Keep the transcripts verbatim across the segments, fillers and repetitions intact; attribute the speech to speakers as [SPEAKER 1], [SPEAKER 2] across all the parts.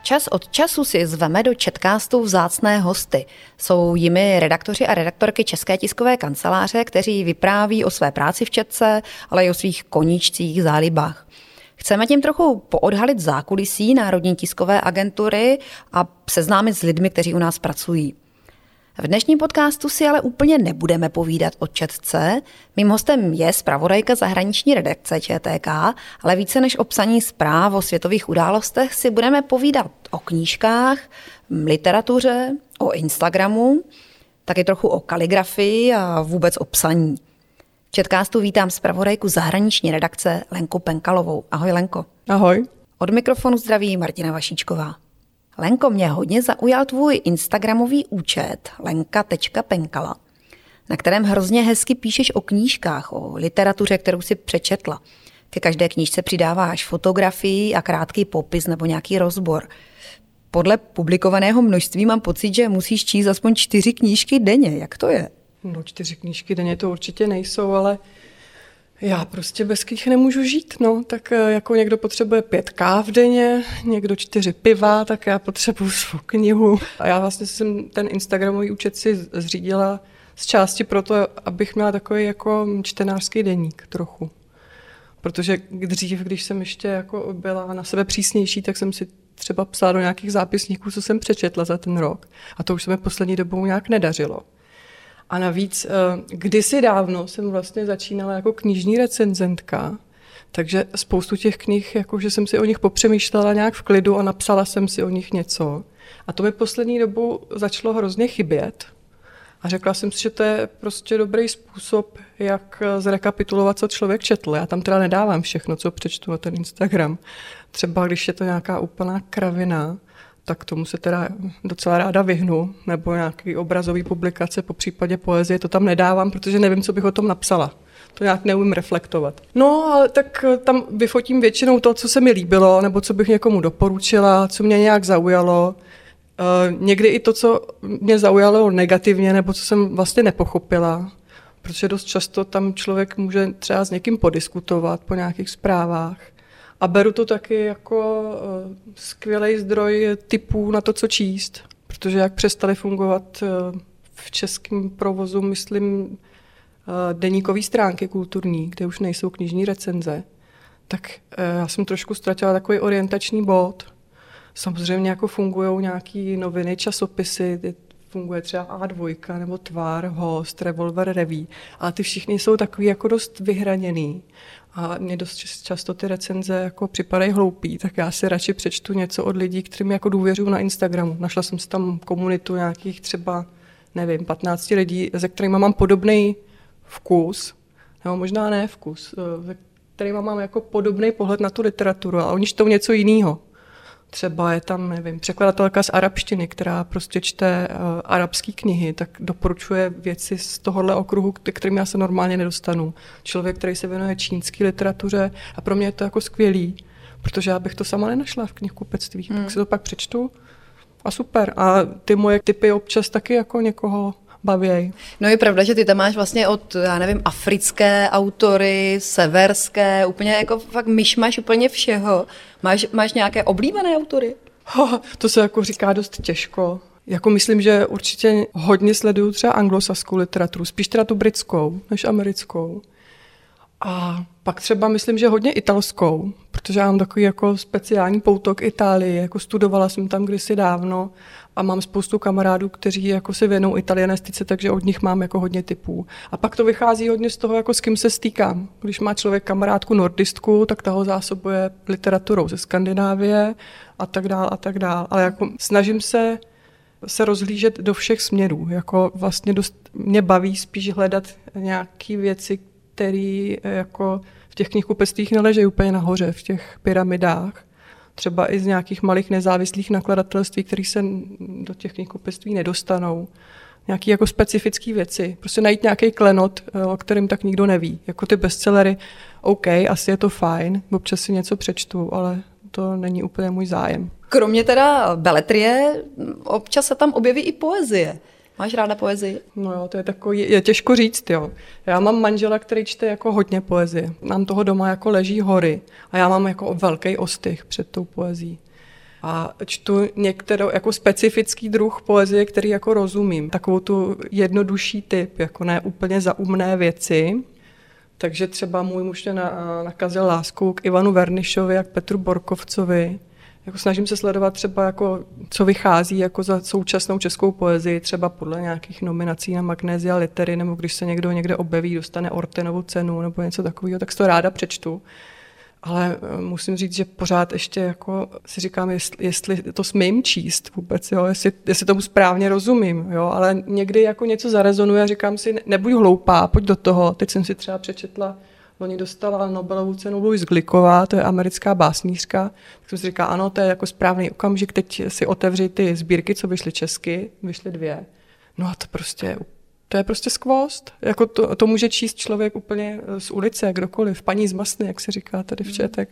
[SPEAKER 1] Čas od času si zveme do Četcastu vzácné hosty. Jsou jimi redaktoři a redaktorky České tiskové kanceláře, kteří vypráví o své práci v Četce, ale i o svých koníčcích, zálibách. Chceme tím trochu poodhalit zákulisí Národní tiskové agentury a seznámit s lidmi, kteří u nás pracují. V dnešním podcastu si ale úplně nebudeme povídat o Četce. Mým hostem je zpravodajka zahraniční redakce ČTK, ale více než o psaní zpráv o světových událostech si budeme povídat o knížkách, literatuře, o Instagramu, taky trochu o kaligrafii a vůbec o psaní. V Četcastu vítám zpravodajku zahraniční redakce Lenku Penkalovou. Ahoj Lenko.
[SPEAKER 2] Ahoj.
[SPEAKER 1] Od mikrofonu zdraví Martina Vašíčková. Lenko, mě hodně zaujal tvůj instagramový účet lenka tečka penkala, na kterém hrozně hezky píšeš o knížkách, o literatuře, kterou si přečetla. Ke každé knížce přidáváš fotografii a krátký popis nebo nějaký rozbor. Podle publikovaného množství mám pocit, že musíš číst aspoň čtyři knížky denně. Jak to je?
[SPEAKER 2] No, čtyři knížky denně to určitě nejsou, ale já prostě bez knih nemůžu žít, no, tak jako někdo potřebuje pět káv denně, někdo čtyři piva, tak já potřebuju svou knihu. A já vlastně jsem ten instagramový účet si zřídila z části proto, abych měla takový jako čtenářský deník trochu. Protože dřív, když jsem ještě jako byla na sebe přísnější, tak jsem si třeba psala do nějakých zápisníků, co jsem přečetla za ten rok. A to už se mi poslední dobou nějak nedařilo. A navíc kdysi dávno jsem vlastně začínala jako knižní recenzentka, takže spoustu těch knih, jako že jsem si o nich popřemýšlela nějak v klidu a napsala jsem si o nich něco. A to mi poslední dobou začalo hrozně chybět. A řekla jsem si, že to je prostě dobrý způsob, jak zrekapitulovat, co člověk četl. Já tam teda nedávám všechno, co přečtu na ten Instagram. Třeba když je to nějaká úplná kravina, tak tomu se teda docela ráda vyhnu, nebo nějaký obrazový publikace, po případě poezie, to tam nedávám, protože nevím, co bych o tom napsala. To nějak neumím reflektovat. No, ale tak tam vyfotím většinou to, co se mi líbilo, nebo co bych někomu doporučila, co mě nějak zaujalo. Uh, někdy i to, co mě zaujalo negativně, nebo co jsem vlastně nepochopila, protože dost často tam člověk může třeba s někým podiskutovat po nějakých zprávách. A beru to taky jako uh, skvělý zdroj tipů na to, co číst, protože jak přestaly fungovat uh, v českém provozu, myslím, uh, deníkové stránky kulturní, kde už nejsou knižní recenze, tak uh, já jsem trošku ztratila takový orientační bod. Samozřejmě jako fungují nějaké noviny, časopisy, funguje třeba á dva nebo Tvar, Host, Revolver, Revue, ale ty všichni jsou takový jako dost vyhraněný. A mě dost často ty recenze jako připadají hloupý, tak já si radši přečtu něco od lidí, kterým jako důvěřuju na Instagramu. Našla jsem si tam komunitu nějakých třeba, nevím, patnáct lidí, se kterými mám podobný vkus, nebo možná ne vkus, se kterými mám jako podobný pohled na tu literaturu, ale oni čtou něco jiného. Třeba je tam, nevím, překladatelka z arabštiny, která prostě čte uh, arabské knihy, tak doporučuje věci z tohohle okruhu, kterým já se normálně nedostanu. Člověk, který se věnuje čínské literatuře a pro mě je to jako skvělý, protože já bych to sama nenašla v knihkupectví, hmm. tak si to pak přečtu a super. A ty moje tipy občas taky jako někoho bavěj.
[SPEAKER 1] No je pravda, že ty tam máš vlastně od, já nevím, africké autory, severské, úplně jako fakt myšmaš úplně všeho. Máš, máš nějaké oblíbené autory?
[SPEAKER 2] Ho, to se jako říká dost těžko. Jako myslím, že určitě hodně sleduju třeba anglosaskou literaturu, spíš teda tu britskou než americkou. A pak třeba myslím, že hodně italskou, protože já mám takový jako speciální pouto k Itálii, jako studovala jsem tam kdysi dávno a mám spoustu kamarádů, kteří jako se věnou italianistice, takže od nich mám jako hodně tipů. A pak to vychází hodně z toho, jako s kým se stýkám. Když má člověk kamarádku nordistku, tak ta ho zásobuje literaturou ze Skandinávie a tak dál a tak dál. Ale jako snažím se se rozhlížet do všech směrů. Jako vlastně dost mě baví spíš hledat nějaké věci, který jako v těch knihkupectvích neleží úplně nahoře, v těch pyramidách. Třeba i z nějakých malých nezávislých nakladatelství, které se do těch knihkupectví nedostanou. Nějaké jako specifické věci. Prostě najít nějaký klenot, o kterém tak nikdo neví. Jako ty bestsellery, OK, asi je to fajn, občas si něco přečtu, ale to není úplně můj zájem.
[SPEAKER 1] Kromě teda beletrie, občas se tam objeví i poezie. Máš ráda poezii?
[SPEAKER 2] No jo, to je takový, je těžko říct, jo. Já mám manžela, který čte jako hodně poezie. Nám toho doma jako leží hory a já mám jako velký ostych před tou poezí. A čtu některou jako specifický druh poezie, který jako rozumím. Takovou tu jednodušší typ, jako ne úplně zaumné věci. Takže třeba můj muž mě nakazil lásku k Ivanu Vernišovi a k Petru Borkovcovi. Jako snažím se sledovat třeba, jako, co vychází jako za současnou českou poezii, třeba podle nějakých nominací na Magnézia Litery, nebo když se někdo někde objeví, dostane Ortenovu cenu nebo něco takového, tak si to ráda přečtu. Ale musím říct, že pořád ještě jako si říkám, jestli, jestli to smím číst vůbec, jo? Jestli, jestli tomu správně rozumím, jo? Ale někdy jako něco zarezonuje a říkám si, nebuď hloupá, pojď do toho. Teď jsem si třeba přečetla, loni dostala Nobelovu cenu Louise Glücková, to je americká básnířka, tak jsem si říkala, ano, to je jako správný okamžik, teď si otevři ty sbírky, co vyšly česky, vyšly dvě. No a to prostě To je prostě skvost. Jako to, to může číst člověk úplně z ulice, kdokoliv. Paní z Masny, jak se říká tady v ČTK.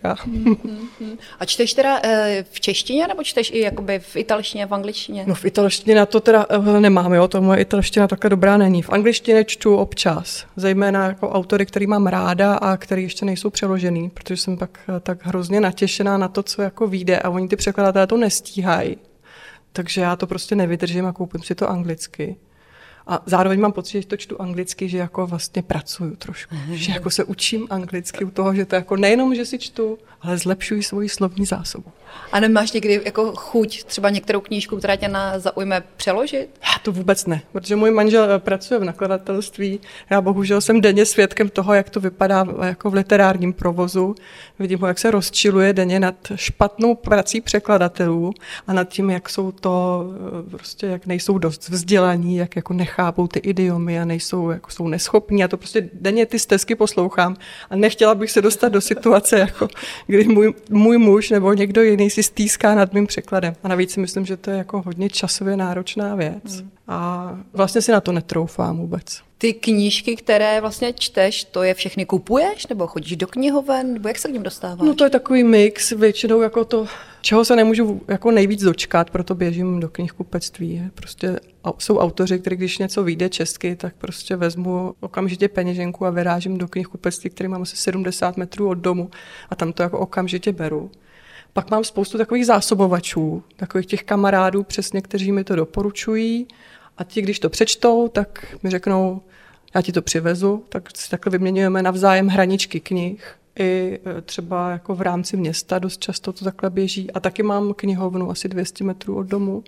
[SPEAKER 1] A čteš teda v češtině, nebo čteš i jakoby v italštině, v angličtině?
[SPEAKER 2] No v italštině na to teda nemám, jo, to moje italština takhle dobrá není. V angličtině čtu občas, zejména jako autory, který mám ráda a který ještě nejsou přeložený, protože jsem pak tak hrozně natěšená na to, co jako vyjde a oni ty překladatelé to nestíhají. Takže já to prostě nevydržím a koupím si to anglicky. A zároveň mám pocit, že to čtu anglicky, že jako vlastně pracuju trošku. Aha. Že jako se učím anglicky u toho, že to jako nejenom, že si čtu, ale zlepšuji svoji slovní zásobu.
[SPEAKER 1] A nemáš někdy jako chuť třeba některou knížku, která tě na zaujme, přeložit?
[SPEAKER 2] Já to vůbec ne, protože můj manžel pracuje v nakladatelství. Já bohužel jsem denně svědkem toho, jak to vypadá jako v literárním provozu. Vidím ho, jak se rozčiluje denně nad špatnou prací překladatelů a nad tím, jak jsou to prostě, jak nejsou dost vzdělaní, jak jako nechápou ty idiomy a nejsou, jako jsou neschopní. A to prostě denně ty stesky poslouchám a nechtěla bych se dostat do situace, jako kdy můj, můj muž nebo někdo jiný si stýská nad mým překladem. A navíc si myslím, že to je jako hodně časově náročná věc. Hmm. A vlastně si na to netroufám vůbec.
[SPEAKER 1] Ty knížky, které vlastně čteš, to je všechny kupuješ? Nebo chodíš do knihoven? Nebo jak se k ním dostáváš?
[SPEAKER 2] No to je takový mix, většinou jako to, čeho se nemůžu jako nejvíc dočkat, proto běžím do knihkupectví. Prostě jsou autoři, kteří když něco vyjde česky, tak prostě vezmu okamžitě peněženku a vyrážím do knihkupectví, který mám asi sedmdesát metrů od domu a tam to jako okamžitě beru. Pak mám spoustu takových zásobovačů, takových těch kamarádů přesně, kteří mi to doporučují a ti, když to přečtou, tak mi řeknou, já ti to přivezu, tak si takhle vyměňujeme navzájem hraničky knih. I třeba jako v rámci města dost často to takhle běží. A taky mám knihovnu asi dvě stě metrů od domu.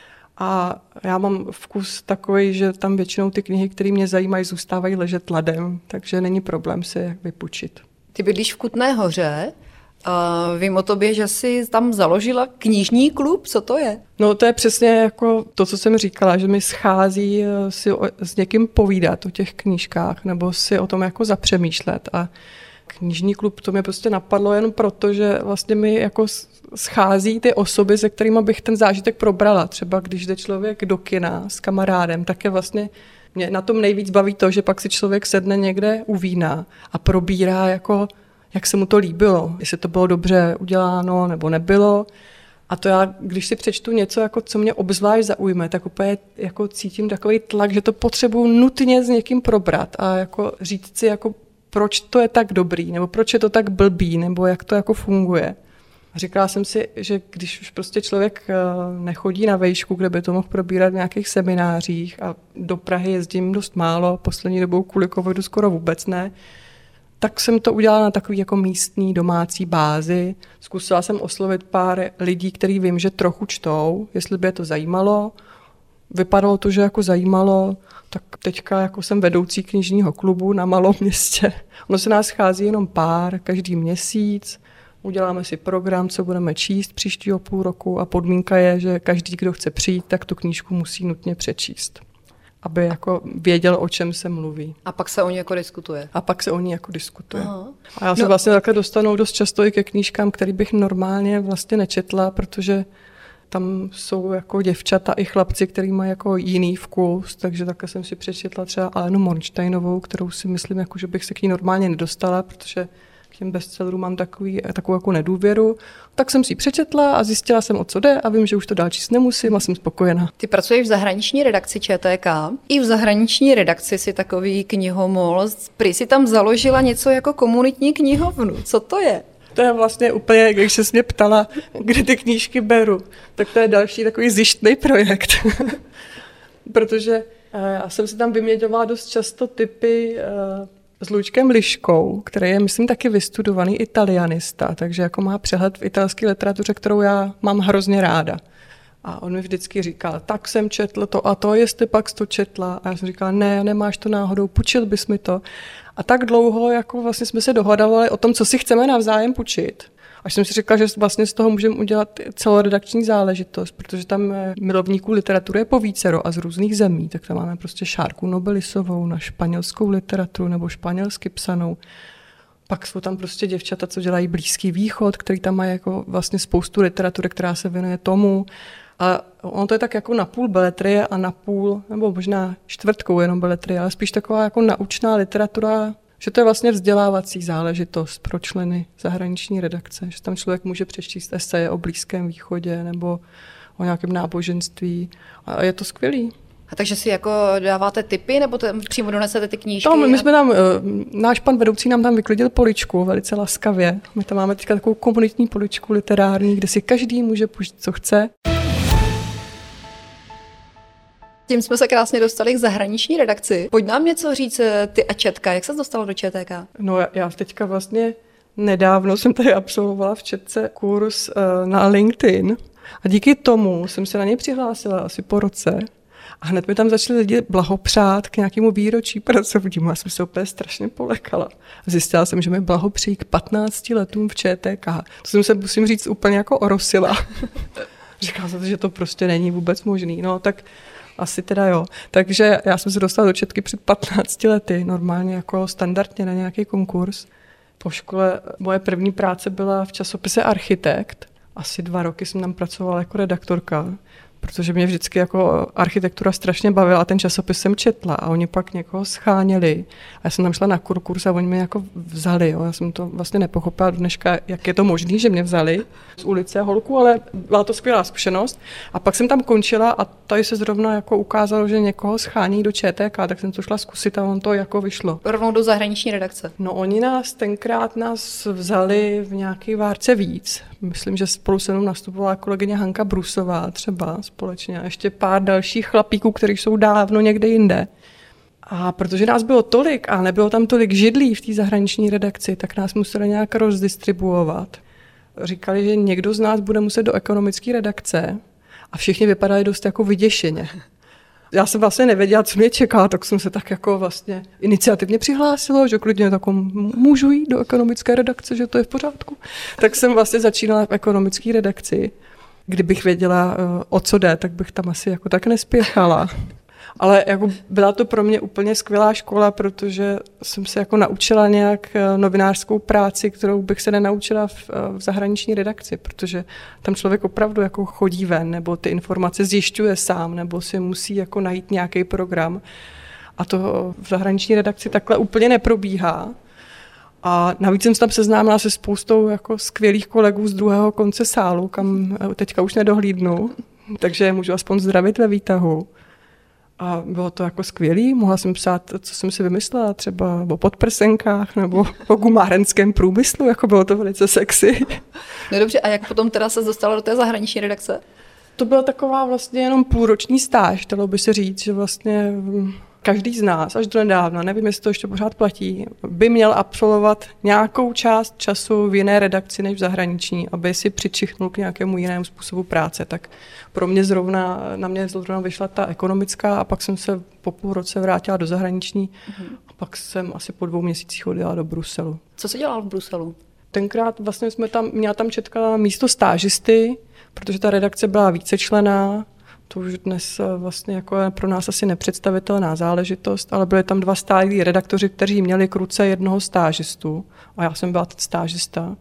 [SPEAKER 2] A já mám vkus takový, že tam většinou ty knihy, které mě zajímají, zůstávají ležet ladem, takže není problém si je vypůjčit.
[SPEAKER 1] Ty bydlíš v Kutné Hoře. Uh, vím o tobě, že jsi tam založila knižní klub, co to je?
[SPEAKER 2] No to je přesně jako to, co jsem říkala, že mi schází si o, s někým povídat o těch knížkách nebo si o tom jako zapřemýšlet a knižní klub to mě prostě napadlo jen proto, že vlastně mi jako schází ty osoby, se kterými bych ten zážitek probrala. Třeba když jde člověk do kina s kamarádem, tak je vlastně mě na tom nejvíc baví to, že pak si člověk sedne někde u vína a probírá jako jak se mu to líbilo, jestli to bylo dobře uděláno nebo nebylo. A to já, když si přečtu něco, jako co mě obzvlášť zaujme, tak úplně jako cítím takový tlak, že to potřebuju nutně s někým probrat a jako říct si, jako, proč to je tak dobrý, nebo proč je to tak blbý, nebo jak to jako funguje. A říkala jsem si, že když už prostě člověk nechodí na vejšku, kde by to mohl probírat v nějakých seminářích a do Prahy jezdím dost málo, poslední dobou kvůli covidu skoro vůbec ne, tak jsem to udělala na takový jako místní domácí bázi. Zkusila jsem oslovit pár lidí, který vím, že trochu čtou, jestli by je to zajímalo. Vypadalo to, že jako zajímalo, tak teďka jako jsem vedoucí knižního klubu na malom městě. Ono se nás schází jenom pár, každý měsíc. Uděláme si program, co budeme číst příštího půl roku a podmínka je, že každý, kdo chce přijít, tak tu knížku musí nutně přečíst, aby jako věděl, o čem se mluví.
[SPEAKER 1] A pak se o ní jako diskutuje.
[SPEAKER 2] A pak se o ní jako diskutuje.
[SPEAKER 1] Aha.
[SPEAKER 2] A já se no. vlastně takhle dostanu dost často i ke knížkám, který bych normálně vlastně nečetla, protože tam jsou jako děvčata i chlapci, který mají jako jiný vkus, takže takhle jsem si přečetla třeba Alenu Mornsteinovou, kterou si myslím, jako, že bych se k ní normálně nedostala, protože k těm bestsellerům mám takový, takovou jako nedůvěru. Tak jsem si ji přečetla a zjistila jsem, o co jde a vím, že už to dál číst nemusím a jsem spokojená.
[SPEAKER 1] Ty pracuješ v zahraniční redakci ČTK. I v zahraniční redakci si takový knihomol. Prý si tam založila něco jako komunitní knihovnu. Co to je?
[SPEAKER 2] To je vlastně úplně, když se mě ptala, kde ty knížky beru, tak to je další takový zjištný projekt. Protože já jsem si tam vyměňovala dost často tipy s Luďkem Liškou, který je, myslím, taky vystudovaný italianista, takže jako má přehled v italské literatuře, kterou já mám hrozně ráda. A on mi vždycky říkal, tak jsem četl to a to, jestli pak jsi to četla. A já jsem říkala, ne, nemáš to náhodou, půjčil bys mi to. A tak dlouho jako vlastně jsme se dohadovali o tom, co si chceme navzájem půjčit. Až jsem si říkala, že vlastně z toho můžeme udělat celoredakční záležitost, protože tam milovníků literatury je povícero a z různých zemí. Tak tam máme prostě Šárku Nobelisovou na španělskou literaturu nebo španělsky psanou. Pak jsou tam prostě děvčata, co dělají Blízký východ, který tam mají jako vlastně spoustu literatury, která se věnuje tomu. A ono to je tak jako napůl beletrie a napůl, nebo možná čtvrtkou jenom beletrie, ale spíš taková jako naučná literatura, že to je vlastně vzdělávací záležitost pro členy zahraniční redakce, že tam člověk může přečíst eseje o Blízkém východě nebo o nějakém náboženství a je to skvělý.
[SPEAKER 1] A takže si jako dáváte tipy, nebo to přímo donesete ty knížky?
[SPEAKER 2] Tam, my jsme tam, náš pan vedoucí nám tam vyklidil poličku velice laskavě. My tam máme teďka takovou komunitní poličku literární, kde si každý může půjčit, co chce.
[SPEAKER 1] Tím jsme se krásně dostali k zahraniční redakci. Pojď nám něco říct ty a Četka, jak ses dostala do ČTK?
[SPEAKER 2] No já teďka vlastně nedávno jsem tady absolvovala v Četce kurz na LinkedIn a díky tomu jsem se na něj přihlásila asi po roce. A hned mi tam začali lidi blahopřát k nějakému výročí pracovnímu. Já jsem se úplně strašně polekala. Zjistila jsem, že mi blahopřejí k patnácti letům v ČTK. To jsem se, musím říct, úplně jako orosila. Říkala jsem, že to prostě není vůbec možný. No tak asi teda jo. Takže já jsem se dostala do Četky před patnácti lety, normálně jako standardně na nějaký konkurs. Po škole moje první práce byla v časopise Architekt. Asi dva roky jsem tam pracovala jako redaktorka, protože mě vždycky jako architektura strašně bavila a ten časopis jsem četla a oni pak někoho scháněli. A já jsem tam šla na kurz a oni mě jako vzali. Jo. Já jsem to vlastně nepochopila do dneška, jak je to možné, že mě vzali z ulice holku, ale byla to skvělá zkušenost. A pak jsem tam končila a tady se zrovna jako ukázalo, že někoho schání do ČTK, tak jsem to šla zkusit a on to jako vyšlo.
[SPEAKER 1] Rovnou do zahraniční redakce.
[SPEAKER 2] No oni nás tenkrát nás vzali v nějaký várce víc. Myslím, že spolu se mnou nastupovala kolegyně Hanka Brusová třeba společně a ještě pár dalších chlapíků, kteří jsou dávno někde jinde. A protože nás bylo tolik a nebylo tam tolik židlí v té zahraniční redakci, tak nás museli nějak rozdistribuovat. Říkali, že někdo z nás bude muset do ekonomické redakce a všichni vypadali dost jako vyděšeně. Já jsem vlastně nevěděla, co mě čeká, tak jsem se tak jako vlastně iniciativně přihlásila, že klidně takovou můžu jít do ekonomické redakce, že to je v pořádku. Tak jsem vlastně začínala v ekonomické redakci. Kdybych věděla, o co jde, tak bych tam asi jako tak nespěchala. Ale jako byla to pro mě úplně skvělá škola, protože jsem se jako naučila nějak novinářskou práci, kterou bych se nenaučila v, v zahraniční redakci, protože tam člověk opravdu jako chodí ven, nebo ty informace zjišťuje sám, nebo si musí jako najít nějaký program. A to v zahraniční redakci takhle úplně neprobíhá. A navíc jsem se tam seznámila se spoustou jako skvělých kolegů z druhého konce sálu, kam teďka už nedohlídnu, takže můžu aspoň zdravit ve výtahu. A bylo to jako skvělý, mohla jsem psát, co jsem si vymyslela, třeba o podprsenkách nebo o gumárenském průmyslu, jako bylo to velice sexy.
[SPEAKER 1] No dobře, a jak potom teda se dostala do té zahraniční redakce?
[SPEAKER 2] To byla taková vlastně jenom půlroční stáž, dalo by se říct, že vlastně každý z nás, až do nedávna, nevím, jestli to ještě pořád platí, by měl absolvovat nějakou část času v jiné redakci než v zahraniční, aby si přičichnul k nějakému jinému způsobu práce. Tak pro mě zrovna, na mě zrovna vyšla ta ekonomická a pak jsem se po půl roce vrátila do zahraniční mm-hmm. a pak jsem asi po dvou měsících odjela do Bruselu.
[SPEAKER 1] Co jsi dělal v Bruselu?
[SPEAKER 2] Tenkrát vlastně jsme tam, měla tam Četka místo stážisty, protože ta redakce byla vícečlenná. To už dnes vlastně jako je pro nás asi nepředstavitelná záležitost, ale byli tam dva stálí redaktoři, kteří měli k ruce jednoho stážistu a já jsem byla ten stážista.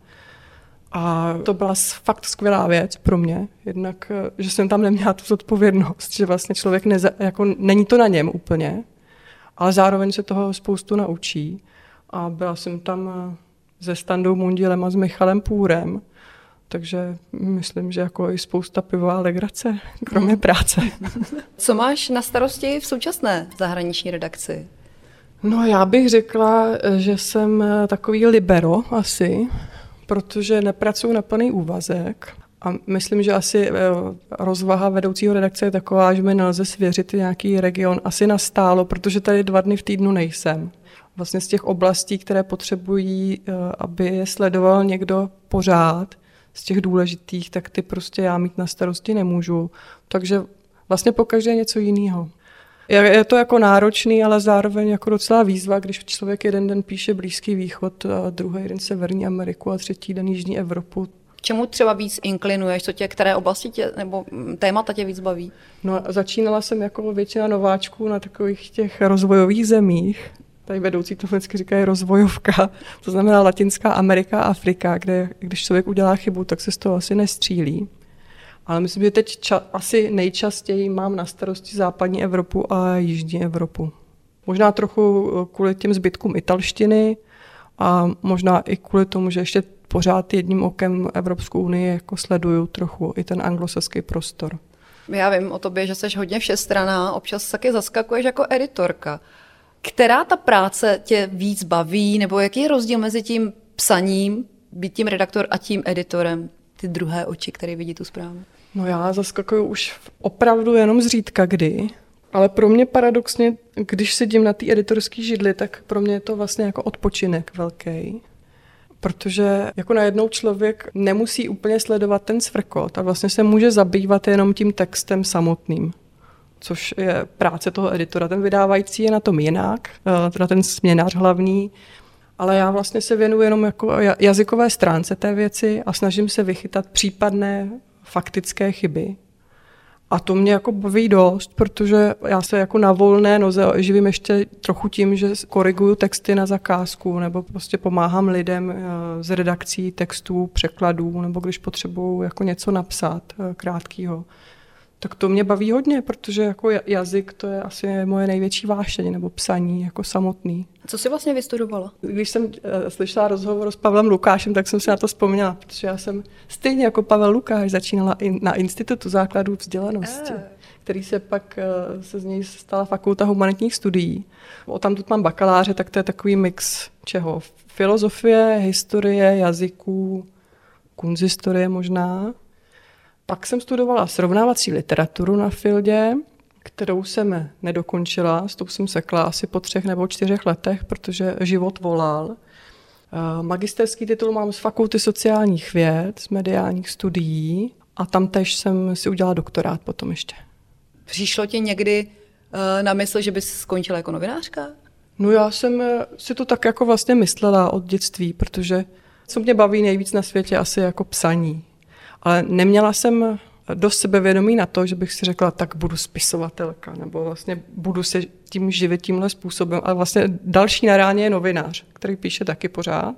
[SPEAKER 2] A to byla fakt skvělá věc pro mě, jednak, že jsem tam neměla tu zodpovědnost, že vlastně člověk neza, jako není to na něm úplně, ale zároveň se toho spoustu naučí. A byla jsem tam se Standou Mundilem a s Michalem Půrem, takže myslím, že jako i spousta piva a legrace, kromě práce.
[SPEAKER 1] Co máš na starosti v současné zahraniční redakci?
[SPEAKER 2] No já bych řekla, že jsem takový libero asi, protože nepracuji na plný úvazek a myslím, že asi rozvaha vedoucího redakce je taková, že mi nelze svěřit nějaký region asi nastálo, protože tady dva dny v týdnu nejsem. Vlastně z těch oblastí, které potřebují, aby je sledoval někdo pořád, z těch důležitých, tak ty prostě já mít na starosti nemůžu. Takže vlastně pokaždé něco jiného. Je to jako náročný, ale zároveň jako docela výzva, když člověk jeden den píše Blízký východ, a druhý den Severní Ameriku a třetí den Jižní Evropu.
[SPEAKER 1] K čemu třeba víc inklinuješ? Co tě, které oblasti tě, nebo témata tě víc baví?
[SPEAKER 2] No, začínala jsem jako většina nováčků na takových těch rozvojových zemích. Tady vedoucí to vždycky říkají rozvojovka, to znamená Latinská Amerika a Afrika, kde když člověk udělá chybu, tak se z toho asi nestřílí. Ale myslím, že teď ča- asi nejčastěji mám na starosti západní Evropu a jižní Evropu. Možná trochu kvůli těm zbytkům italštiny a možná i kvůli tomu, že ještě pořád jedním okem Evropskou unii jako sleduju trochu i ten anglosaský prostor.
[SPEAKER 1] Já vím o tobě, že jsi hodně všestranná, občas taky zaskakuješ jako editorka. Která ta práce tě víc baví, nebo jaký je rozdíl mezi tím psaním, být tím redaktor a tím editorem? Ty druhé oči, které vidí tu zprávu.
[SPEAKER 2] No já zaskakuju už opravdu jenom zřídka kdy, ale pro mě paradoxně, když sedím na té editorské židli, tak pro mě je to vlastně jako odpočinek velký. Protože jako najednou člověk nemusí úplně sledovat ten svrkot a vlastně se může zabývat jenom tím textem samotným, což je práce toho editora. Ten vydávající je na tom jinak, teda ten směnář hlavní, ale já vlastně se věnuji jenom jako jazykové stránce té věci a snažím se vychytat případné faktické chyby. A to mě jako baví dost, protože já se jako na volné noze živím ještě trochu tím, že koriguju texty na zakázku nebo prostě pomáhám lidem z redakcí textů, překladů, nebo když potřebuju jako něco napsat krátkýho. Tak to mě baví hodně, protože jako jazyk to je asi moje největší vášeň, nebo psaní jako samotný.
[SPEAKER 1] Co jsi vlastně vystudovala?
[SPEAKER 2] Když jsem uh, slyšela rozhovor s Pavlem Lukášem, tak jsem si na to vzpomněla, protože já jsem stejně jako Pavel Lukáš začínala in, na Institutu základů vzdělanosti, e. který se pak uh, se z něj stala Fakulta humanitních studií. O tamtud mám bakaláře, tak to je takový mix čeho? Filozofie, historie, jazyků, kunsthistorie možná. Pak jsem studovala srovnávací literaturu na Fildě, kterou jsem nedokončila, s tou jsem sekla asi po třech nebo čtyřech letech, protože život volal. Magisterský titul mám z Fakulty sociálních věd, z mediálních studií a tam tež jsem si udělala doktorát potom ještě.
[SPEAKER 1] Přišlo ti někdy na mysl, že bys skončila jako novinářka?
[SPEAKER 2] No já jsem si to tak jako vlastně myslela od dětství, protože co mě baví nejvíc na světě asi jako psaní. Ale neměla jsem dost sebevědomí na to, že bych si řekla, tak budu spisovatelka, nebo vlastně budu se tím živit tímhle způsobem. Ale vlastně další na ráně je novinář, který píše taky pořád.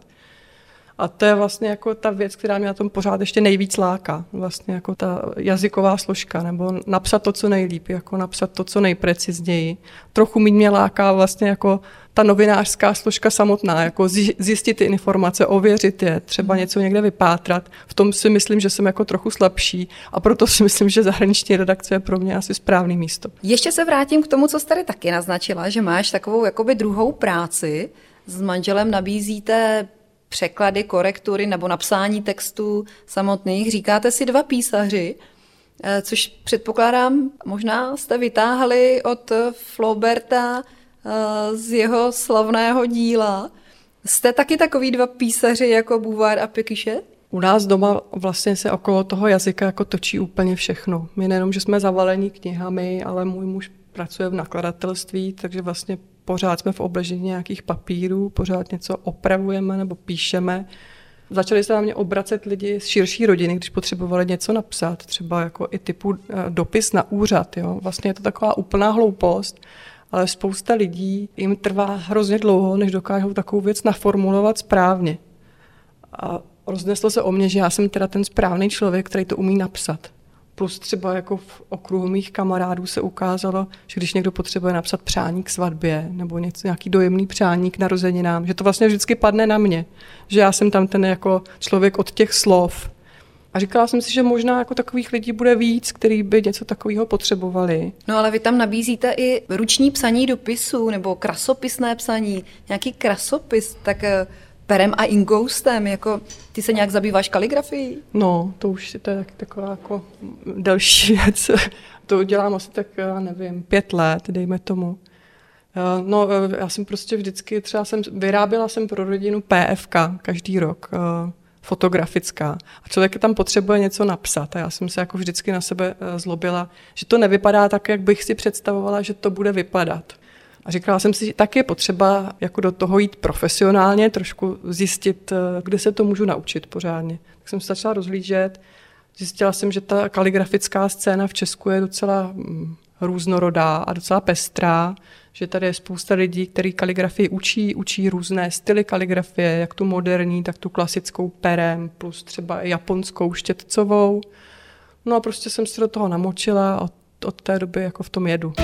[SPEAKER 2] A to je vlastně jako ta věc, která mě na tom pořád ještě nejvíc láká. Vlastně jako ta jazyková složka, nebo napsat to, co nejlíp, jako napsat to, co nejprecizněji. Trochu míň mě láká vlastně jako ta novinářská složka samotná, jako zjistit ty informace, ověřit je, třeba něco někde vypátrat. V tom si myslím, že jsem jako trochu slabší a proto si myslím, že zahraniční redakce je pro mě asi správný místo.
[SPEAKER 1] Ještě se vrátím k tomu, co jsi tady taky naznačila, že máš takovou jakoby druhou práci. S manželem nabízíte překlady, korektury nebo napsání textů samotných. Říkáte si dva písaři, což předpokládám, možná jste vytáhli od Flauberta z jeho slavného díla. Jste taky takový dva písaři jako Bouvard a Pécuchet?
[SPEAKER 2] U nás doma vlastně se okolo toho jazyka jako točí úplně všechno. My nejenom, že jsme zavalení knihami, ale můj muž pracuje v nakladatelství, takže vlastně pořád jsme v obležení nějakých papírů, pořád něco opravujeme nebo píšeme. Začali se na mě obracet lidi z širší rodiny, když potřebovali něco napsat, třeba jako i typu dopis na úřad. Jo. Vlastně je to taková úplná hloupost, ale spousta lidí jim trvá hrozně dlouho, než dokážou takovou věc naformulovat správně. A rozneslo se o mě, že já jsem teda ten správný člověk, který to umí napsat. Plus třeba jako v okruhu mých kamarádů se ukázalo, že když někdo potřebuje napsat přání k svatbě nebo něco, nějaký dojemný přání k narozeninám, že to vlastně vždycky padne na mě. Že já jsem tam ten jako člověk od těch slov. A říkala jsem si, že možná jako takových lidí bude víc, který by něco takového potřebovali.
[SPEAKER 1] No ale vy tam nabízíte i ruční psaní dopisů nebo krasopisné psaní, nějaký krasopis, tak perem a inkoustem, jako ty se nějak zabýváš kaligrafií?
[SPEAKER 2] No, to už to je taky taková jako další věc. To dělám asi tak, já nevím, pět let, dejme tomu. No, já jsem prostě vždycky, třeba jsem, vyráběla jsem pro rodinu P F K každý rok, fotografická. A člověk tam potřebuje něco napsat. A já jsem se jako vždycky na sebe zlobila, že to nevypadá tak, jak bych si představovala, že to bude vypadat. A říkala jsem si, tak je potřeba jako do toho jít profesionálně, trošku zjistit, kde se to můžu naučit pořádně. Tak jsem se začala rozhlížet. Zjistila jsem, že ta kaligrafická scéna v Česku je docela různorodá a docela pestrá, že tady je spousta lidí, kteří kaligrafii učí, učí různé styly kaligrafie, jak tu moderní, tak tu klasickou perem, plus třeba i japonskou štětcovou. No a prostě jsem se do toho namočila a od, od té doby jako v tom jedu.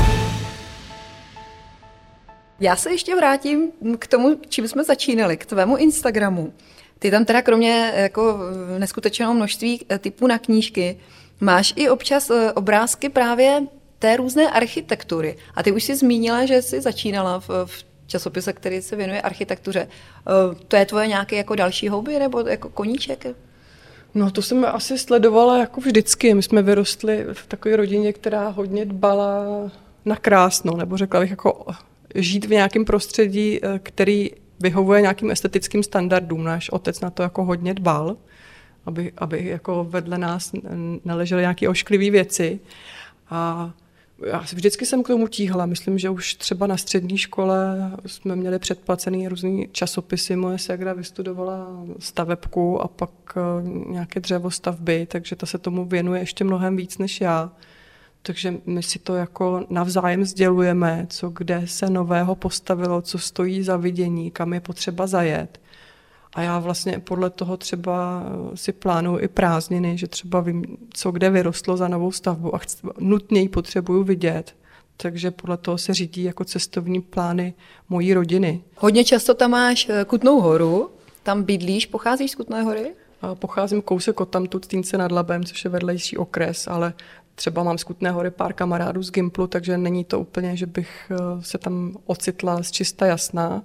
[SPEAKER 1] Já se ještě vrátím k tomu, čím jsme začínali, k tvému Instagramu. Ty tam teda kromě jako neskutečného množství typů na knížky máš i občas obrázky právě té různé architektury. A ty už jsi zmínila, že jsi začínala v, v časopise, který se věnuje architektuře. To je tvoje nějaké jako další hobby nebo jako koníček?
[SPEAKER 2] No to jsem asi sledovala jako vždycky. My jsme vyrostli v takové rodině, která hodně dbala na krásno, nebo řekla bych jako žít v nějakém prostředí, který vyhovuje nějakým estetickým standardům. Náš otec na to jako hodně dbal, aby, aby jako vedle nás neležely nějaké ošklivé věci. A já vždycky jsem k tomu tíhla. Myslím, že už třeba na střední škole jsme měli předplacený různý časopisy. Moje ségra vystudovala stavebku a pak nějaké dřevostavby, takže ta se tomu věnuje ještě mnohem víc než já. Takže my si to jako navzájem sdělujeme, co kde se nového postavilo, co stojí za vidění, kam je potřeba zajet. A já vlastně podle toho třeba si plánuju i prázdniny, že třeba vím, co kde vyrostlo za novou stavbu a chci, nutně ji potřebuju vidět. Takže podle toho se řídí jako cestovní plány mojí rodiny.
[SPEAKER 1] Hodně často tam máš Kutnou Horu, tam bydlíš, pocházíš z Kutné Hory?
[SPEAKER 2] A pocházím kousek odtamtud, Týnce nad Labem, což je vedlejší okres, ale třeba mám z Kutné Hory pár kamarádů z Gimplu, takže není to úplně, že bych se tam ocitla z čista jasná.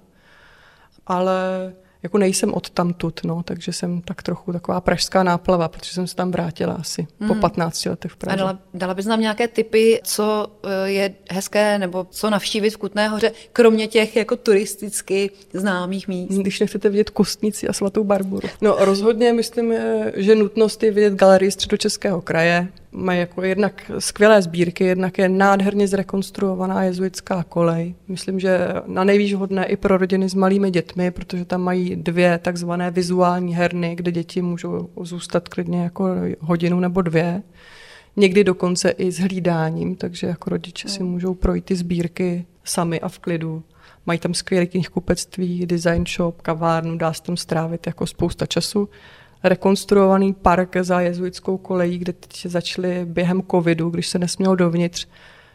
[SPEAKER 2] Ale jako nejsem odtamtud, no, takže jsem tak trochu taková pražská náplava, protože jsem se tam vrátila asi hmm. po patnácti letech v Praze.
[SPEAKER 1] A dala, dala bys nám nějaké tipy, co je hezké nebo co navštívit v Kutné Hoře, kromě těch jako turisticky známých míst?
[SPEAKER 2] Když nechcete vidět Kostnici a svatou Barboru. No rozhodně myslím, že nutnost je vidět galerii Středočeského kraje. Mají jako jednak skvělé sbírky, jednak je nádherně zrekonstruovaná jezuitská kolej. Myslím, že na nejvíc vhodné i pro rodiny s malými dětmi, protože tam mají dvě takzvané vizuální herny, kde děti můžou zůstat klidně jako hodinu nebo dvě. Někdy dokonce i s hlídáním, takže jako rodiče si můžou projít ty sbírky sami a v klidu. Mají tam skvělé knihkupectví, design shop, kavárnu, dá se tam strávit jako spousta času. Rekonstruovaný park za jezuitskou kolejí, kde teď začali během covidu, když se nesmělo dovnitř,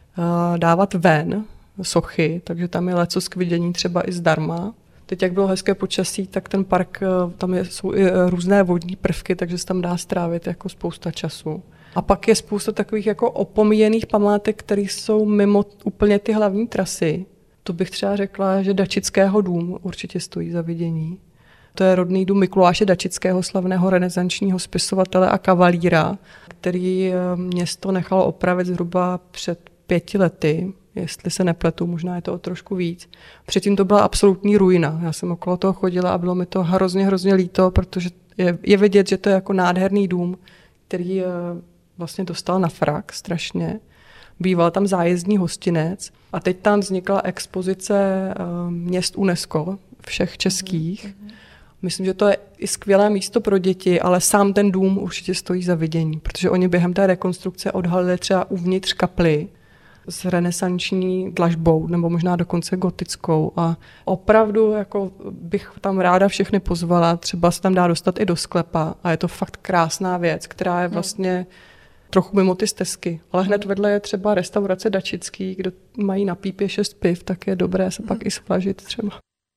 [SPEAKER 2] dávat ven sochy, takže tam je lecos k vidění třeba i zdarma. Teď, jak bylo hezké počasí, tak ten park, tam je, jsou i různé vodní prvky, takže se tam dá strávit jako spousta času. A pak je spousta takových jako opomíjených památek, které jsou mimo úplně ty hlavní trasy. To bych třeba řekla, že Dačického dům určitě stojí za vidění. To je rodný dům Mikuláše Dačického, slavného renesančního spisovatele a kavalíra, který město nechalo opravit zhruba před pěti lety, jestli se nepletu, možná je to o trošku víc. Předtím to byla absolutní ruina. Já jsem okolo toho chodila a bylo mi to hrozně, hrozně líto, protože je, je vidět, že to je jako nádherný dům, který vlastně dostal na frak strašně. Býval tam zájezdní hostinec a teď tam vznikla expozice měst UNESCO, všech českých. Mm-hmm. Myslím, že to je i skvělé místo pro děti, ale sám ten dům určitě stojí za vidění, protože oni během té rekonstrukce odhalili třeba uvnitř kapli s renesanční dlažbou, nebo možná dokonce gotickou. A opravdu jako bych tam ráda všechny pozvala, třeba se tam dá dostat i do sklepa a je to fakt krásná věc, která je vlastně trochu mimo ty stezky. Ale hned vedle je třeba restaurace Dačický, kde mají na pípě šest piv, tak je dobré se pak i splažit třeba.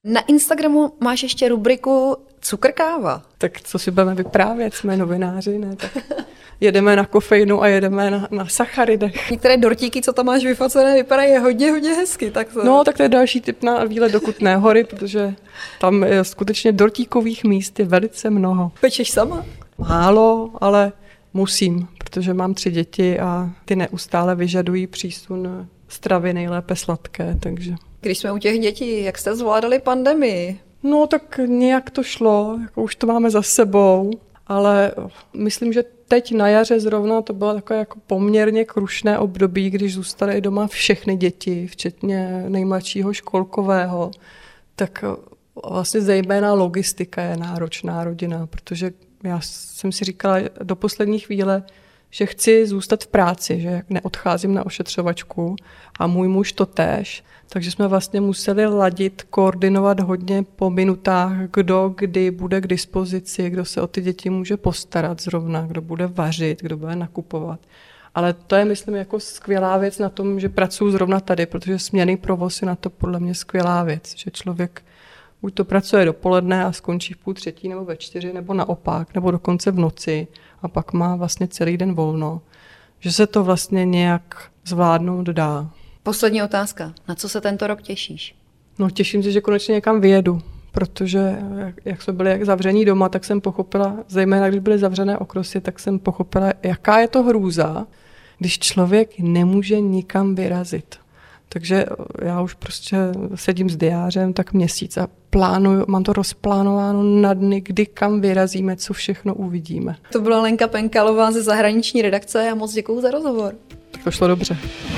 [SPEAKER 1] Na Instagramu máš ještě rubriku Cukrkáva.
[SPEAKER 2] Tak co si budeme vyprávět, jsme novináři, ne? Tak jedeme na kofeinu a jedeme na, na sacharidech.
[SPEAKER 1] Některé dortíky, co tam máš vyfocené, vypadají hodně, hodně hezky. Tak to...
[SPEAKER 2] No, tak to je další tip na výlet do Kutné Hory, protože tam je skutečně dortíkových míst je velice mnoho.
[SPEAKER 1] Pečeš sama?
[SPEAKER 2] Málo, ale musím, protože mám tři děti a ty neustále vyžadují přísun stravy nejlépe sladké, takže...
[SPEAKER 1] Když jsme u těch dětí, jak jste zvládali pandemii?
[SPEAKER 2] No, tak nějak to šlo, jako už to máme za sebou, ale myslím, že teď na jaře zrovna to bylo takové jako poměrně krušné období, když zůstaly doma všechny děti, včetně nejmladšího školkového, tak vlastně zejména logistika je náročná rodina, protože já jsem si říkala do poslední chvíle, že chci zůstat v práci, že neodcházím na ošetřovačku a můj muž to též. Takže jsme vlastně museli ladit, koordinovat hodně po minutách, kdo kdy bude k dispozici, kdo se o ty děti může postarat zrovna, kdo bude vařit, kdo bude nakupovat. Ale to je, myslím, jako skvělá věc na tom, že pracuji zrovna tady, protože směnný provoz je na to podle mě skvělá věc, že člověk buď to pracuje dopoledne a skončí v půl třetí nebo ve čtyři, nebo naopak, nebo dokonce v noci a pak má vlastně celý den volno. Že se to vlastně nějak zvládnout dá.
[SPEAKER 1] Poslední otázka. Na co se tento rok těšíš?
[SPEAKER 2] No, těším se, že konečně někam vyjedu, protože jak, jak jsme byli jak zavření doma, tak jsem pochopila, zejména když byly zavřené okresy, tak jsem pochopila, jaká je to hrůza, když člověk nemůže nikam vyrazit. Takže já už prostě sedím s diářem tak měsíc a plánuju, mám to rozplánováno na dny, kdy kam vyrazíme, co všechno uvidíme.
[SPEAKER 1] To byla Lenka Penkalová ze zahraniční redakce a moc děkuju za rozhovor.
[SPEAKER 2] Tak to šlo dobře.